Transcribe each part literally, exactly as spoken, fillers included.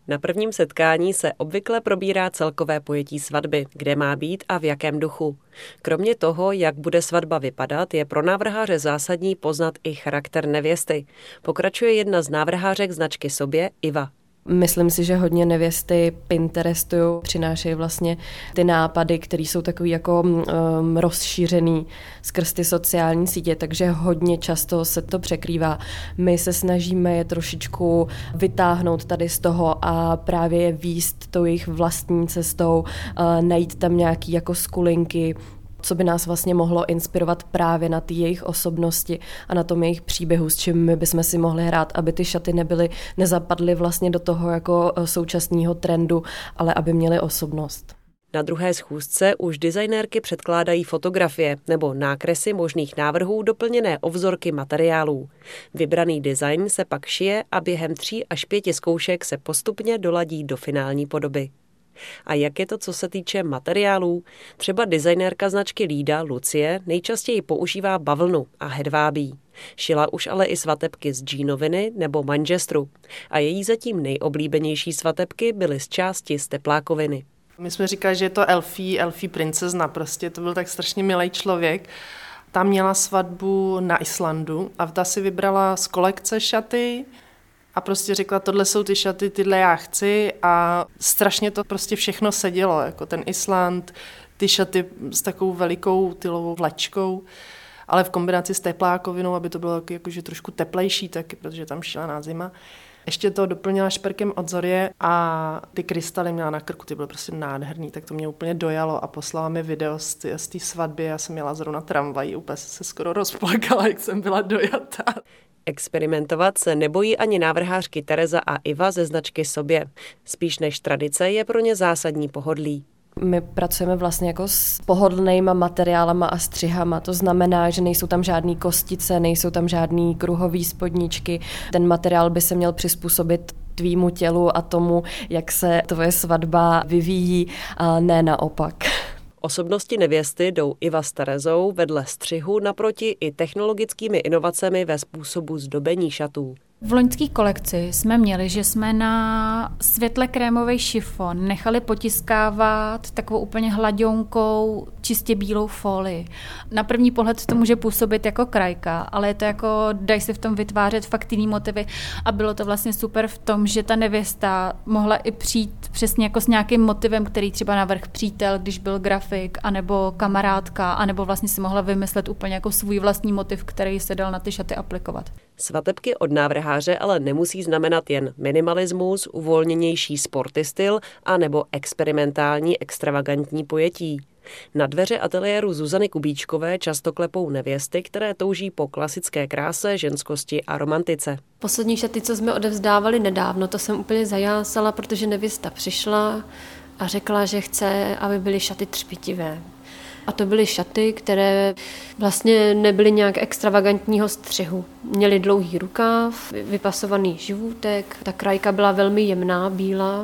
Na prvním setkání se obvykle probírá celkové pojetí svatby, kde má být a v jakém duchu. Kromě toho, jak bude svatba vypadat, je pro návrháře zásadní poznat i charakter nevěsty. Pokračuje jedna z návrhářek značky Sobě, Iva. Myslím si, že hodně nevěsty Pinterestují, přinášejí vlastně ty nápady, které jsou takový jako um, rozšířený skrz ty sociální sítě, takže hodně často se to překrývá. My se snažíme je trošičku vytáhnout tady z toho a právě je vést tou jejich vlastní cestou, uh, najít tam nějaký jako skulinky, co by nás vlastně mohlo inspirovat právě na té jejich osobnosti a na tom jejich příběhu, s čím my bychom si mohli hrát, aby ty šaty nebyly, nezapadly vlastně do toho jako současného trendu, ale aby měly osobnost. Na druhé schůzce už designérky předkládají fotografie nebo nákresy možných návrhů doplněné o vzorky materiálů. Vybraný design se pak šije a během tří až pěti zkoušek se postupně doladí do finální podoby. A jak je to, co se týče materiálů? Třeba designérka značky Lída, Lucie, nejčastěji používá bavlnu a hedvábí. Šila už ale i svatebky z džínoviny nebo manžestru. A její zatím nejoblíbenější svatebky byly z části z teplákoviny. My jsme říkali, že je to Elfie, Elfie princezna, prostě to byl tak strašně milý člověk. Ta měla svatbu na Islandu a ta si vybrala z kolekce šaty, a prostě řekla, tohle jsou ty šaty, tyhle já chci a strašně to prostě všechno sedělo, jako ten Island, ty šaty s takovou velikou tylovou vlečkou, ale v kombinaci s teplákovinou, aby to bylo jakože trošku teplejší taky, protože tam šílená zima. Ještě to doplnila šperkem od Zorie a ty krystaly měla na krku, ty byly prostě nádherný, tak to mě úplně dojalo a poslala mi video z té svatby, já jsem jela zrovna tramvají, úplně se skoro rozplakala, jak jsem byla dojatá. Experimentovat se nebojí ani návrhářky Tereza a Iva ze značky Sobě. Spíš než tradice je pro ně zásadní pohodlí. My pracujeme vlastně jako s pohodlnýma materiálama a střihama, to znamená, že nejsou tam žádný kostice, nejsou tam žádný kruhový spodničky. Ten materiál by se měl přizpůsobit tvýmu tělu a tomu, jak se tvoje svatba vyvíjí, a ne naopak. Osobnosti nevěsty jdou Iva s Terezou vedle střihu naproti i technologickými inovacemi ve způsobu zdobení šatů. V loňské kolekci jsme měli, že jsme na světle krémový šifon nechali potiskávat takovou úplně hladionkou, čistě bílou folii. Na první pohled to může působit jako krajka, ale je to jako, dají se v tom vytvářet fakt jiný motivy a bylo to vlastně super v tom, že ta nevěsta mohla i přijít přesně jako s nějakým motivem, který třeba navrch přítel, když byl grafik, anebo kamarádka, anebo vlastně si mohla vymyslet úplně jako svůj vlastní motiv, který se dal na ty šaty aplikovat. Svatebky od návrháře ale nemusí znamenat jen minimalismus, uvolněnější sporty styl a nebo experimentální extravagantní pojetí. Na dveře ateliéru Zuzany Kubíčkové často klepou nevěsty, které touží po klasické kráse, ženskosti a romantice. Poslední šaty, co jsme odevzdávali nedávno, to jsem úplně zajásala, protože nevěsta přišla a řekla, že chce, aby byly šaty třpitivé. A to byly šaty, které vlastně nebyly nějak extravagantního střihu. Měly dlouhý rukáv, vypasovaný živůtek, ta krajka byla velmi jemná, bílá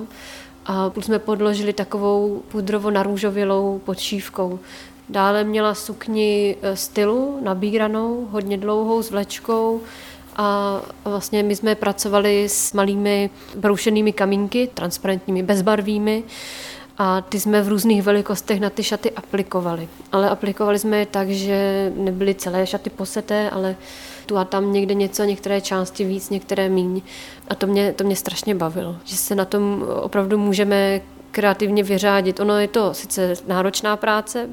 a jsme podložili takovou pudrovo-narůžovělou podšívkou. Dále měla sukni stylu, nabíranou, hodně dlouhou, s vlečkou a vlastně my jsme pracovali s malými broušenými kamínky, transparentními, bezbarvými, a ty jsme v různých velikostech na ty šaty aplikovali. Ale aplikovali jsme je tak, že nebyly celé šaty poseté, ale tu a tam někde něco, některé části víc, některé míň. A to mě, to mě strašně bavilo, že se na tom opravdu můžeme kreativně vyřádit. Ono je to sice náročná práce,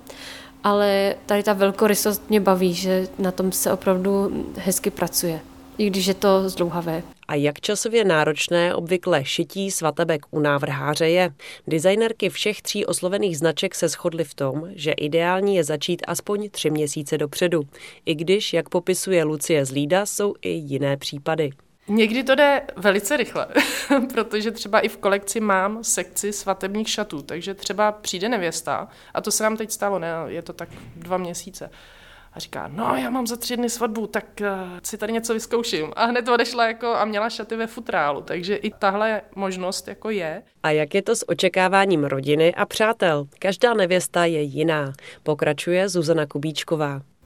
ale tady ta velkorysost mě baví, že na tom se opravdu hezky pracuje, i když je to zdlouhavé. A jak časově náročné obvykle šití svatebek u návrháře je? Designerky všech tří oslovených značek se shodly v tom, že ideální je začít aspoň tři měsíce dopředu. I když, jak popisuje Lucie z Lída, jsou i jiné případy. Někdy to jde velice rychle, protože třeba i v kolekci mám sekci svatebních šatů, takže třeba přijde nevěsta, a to se nám teď stalo, ne, je to tak dva měsíce. A říká, no já mám za tři dny svatbu, tak uh, si tady něco vyzkouším. A hned odešla jako a měla šaty ve futrálu, takže i tahle možnost jako je. A jak je to s očekáváním rodiny a přátel? Každá nevěsta je jiná, pokračuje Zuzana Kubíčková.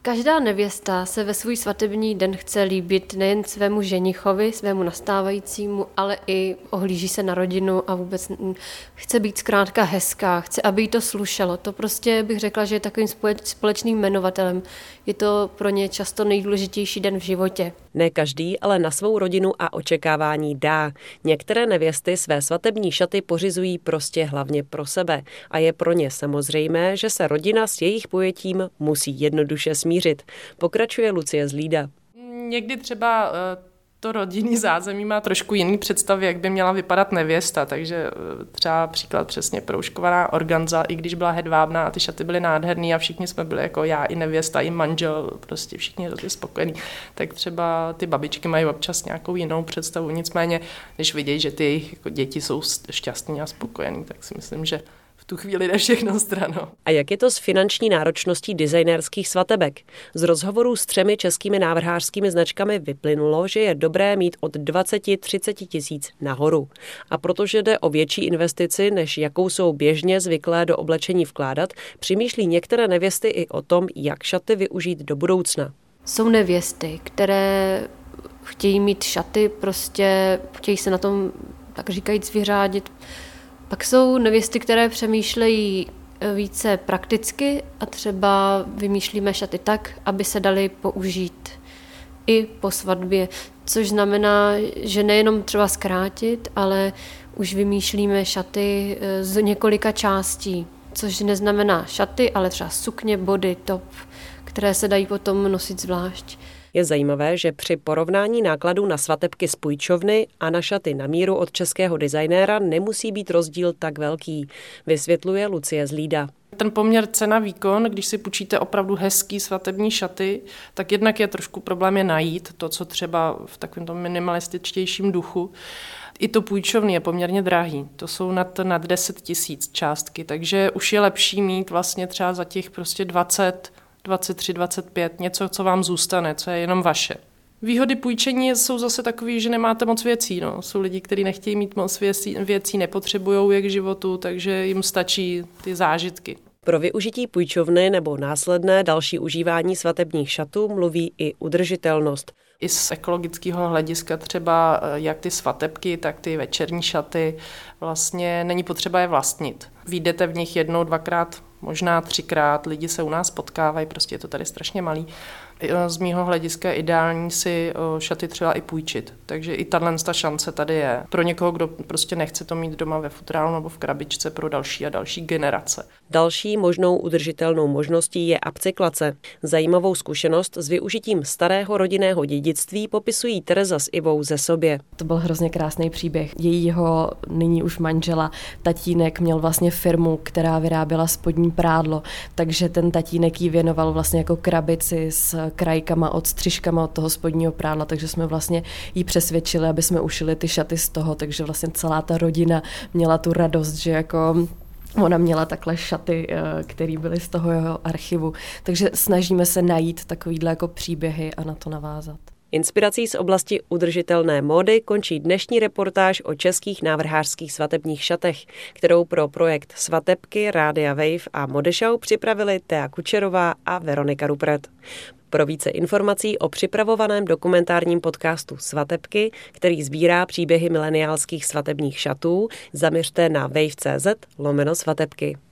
Každá nevěsta se ve svůj svatební den chce líbit nejen svému ženichovi, svému nastávajícímu, ale i ohlíží se na rodinu a vůbec chce být zkrátka hezká, chce, aby jí to slušelo. To prostě bych řekla, že je takovým společným jmenovatelem. Je to pro ně často nejdůležitější den v životě. Ne každý ale na svou rodinu a očekávání dá. Některé nevěsty své svatební šaty pořizují prostě hlavně pro sebe a je pro ně samozřejmé, že se rodina s jejich pojetím musí jednoduše smířit. Pokračuje Lucie Zlída. Někdy třeba to rodinný zázemí má trošku jiný představy, jak by měla vypadat nevěsta, takže třeba příklad přesně proužkovaná organza, i když byla hedvábná a ty šaty byly nádherný a všichni jsme byli jako já i nevěsta, i manžel, prostě všichni byli spokojení, tak třeba ty babičky mají občas nějakou jinou představu, nicméně, když vidějí, že ty jejich jako děti jsou šťastní a spokojení, tak si myslím, že v tu chvíli jde všechno stranou. A jak je to s finanční náročností designérských svatebek? Z rozhovorů s třemi českými návrhářskými značkami vyplynulo, že je dobré mít od dvacet až třicet tisíc nahoru. A protože jde o větší investici, než jakou jsou běžně zvyklé do oblečení vkládat, přemýšlí některé nevěsty i o tom, jak šaty využít do budoucna. Jsou nevěsty, které chtějí mít šaty, prostě chtějí se na tom, tak říkajíc, vyřádit. Pak jsou nevěsty, které přemýšlejí více prakticky a třeba vymýšlíme šaty tak, aby se daly použít i po svatbě, což znamená, že nejenom třeba zkrátit, ale už vymýšlíme šaty z několika částí, což neznamená šaty, ale třeba sukně, body, top, které se dají potom nosit zvlášť. Je zajímavé, že při porovnání nákladů na svatebky z půjčovny a na šaty na míru od českého designéra nemusí být rozdíl tak velký, vysvětluje Lucie Zlída. Ten poměr cena-výkon, když si půjčíte opravdu hezký svatební šaty, tak jednak je trošku problém je najít to, co třeba v takovém tom minimalističtějším duchu. I to půjčovny je poměrně drahý, to jsou nad, nad deset tisíc částky, takže už je lepší mít vlastně třeba za těch prostě dvacet, dvacet tři, dvacet pět, něco, co vám zůstane, co je jenom vaše. Výhody půjčení jsou zase takové, že nemáte moc věcí. No. Jsou lidi, kteří nechtějí mít moc věcí, věcí nepotřebují je k životu, takže jim stačí ty zážitky. Pro využití půjčovny nebo následné další užívání svatebních šatů mluví i udržitelnost. I z ekologického hlediska třeba jak ty svatebky, tak ty večerní šaty vlastně není potřeba je vlastnit. Vyjdete v nich jednou, dvakrát, možná třikrát, lidi se u nás potkávají, prostě je to tady strašně malý. Z mýho hlediska je ideální si šaty třeba i půjčit. Takže i tato šance tady je. Pro někoho, kdo prostě nechce to mít doma ve futrálu nebo v krabičce pro další a další generace. Další možnou udržitelnou možností je upcyklace. Zajímavou zkušenost s využitím starého rodinného dědictví popisují Tereza s Ivou ze Sobě. To byl hrozně krásný příběh. Jejího nyní už manžela tatínek měl vlastně firmu, která vyráběla spodní prádlo, takže ten tatínek jí věnoval vlastně jako krabici s krajkama, odstřižkama od toho spodního prádla, takže jsme vlastně jí přesvědčili, aby jsme ušili ty šaty z toho, takže vlastně celá ta rodina měla tu radost, že jako ona měla takhle šaty, které byly z toho jeho archivu. Takže snažíme se najít takovýhle jako příběhy a na to navázat. Inspirací z oblasti udržitelné módy končí dnešní reportáž o českých návrhářských svatebních šatech, kterou pro projekt Svatebky, Rádia Wave a Modeshow připravili Thea Kučerová a Veronika Rupert. Pro více informací o připravovaném dokumentárním podcastu Svatebky, který sbírá příběhy mileniálských svatebních šatů, zaměřte na wave tečka cz lomeno svatebky.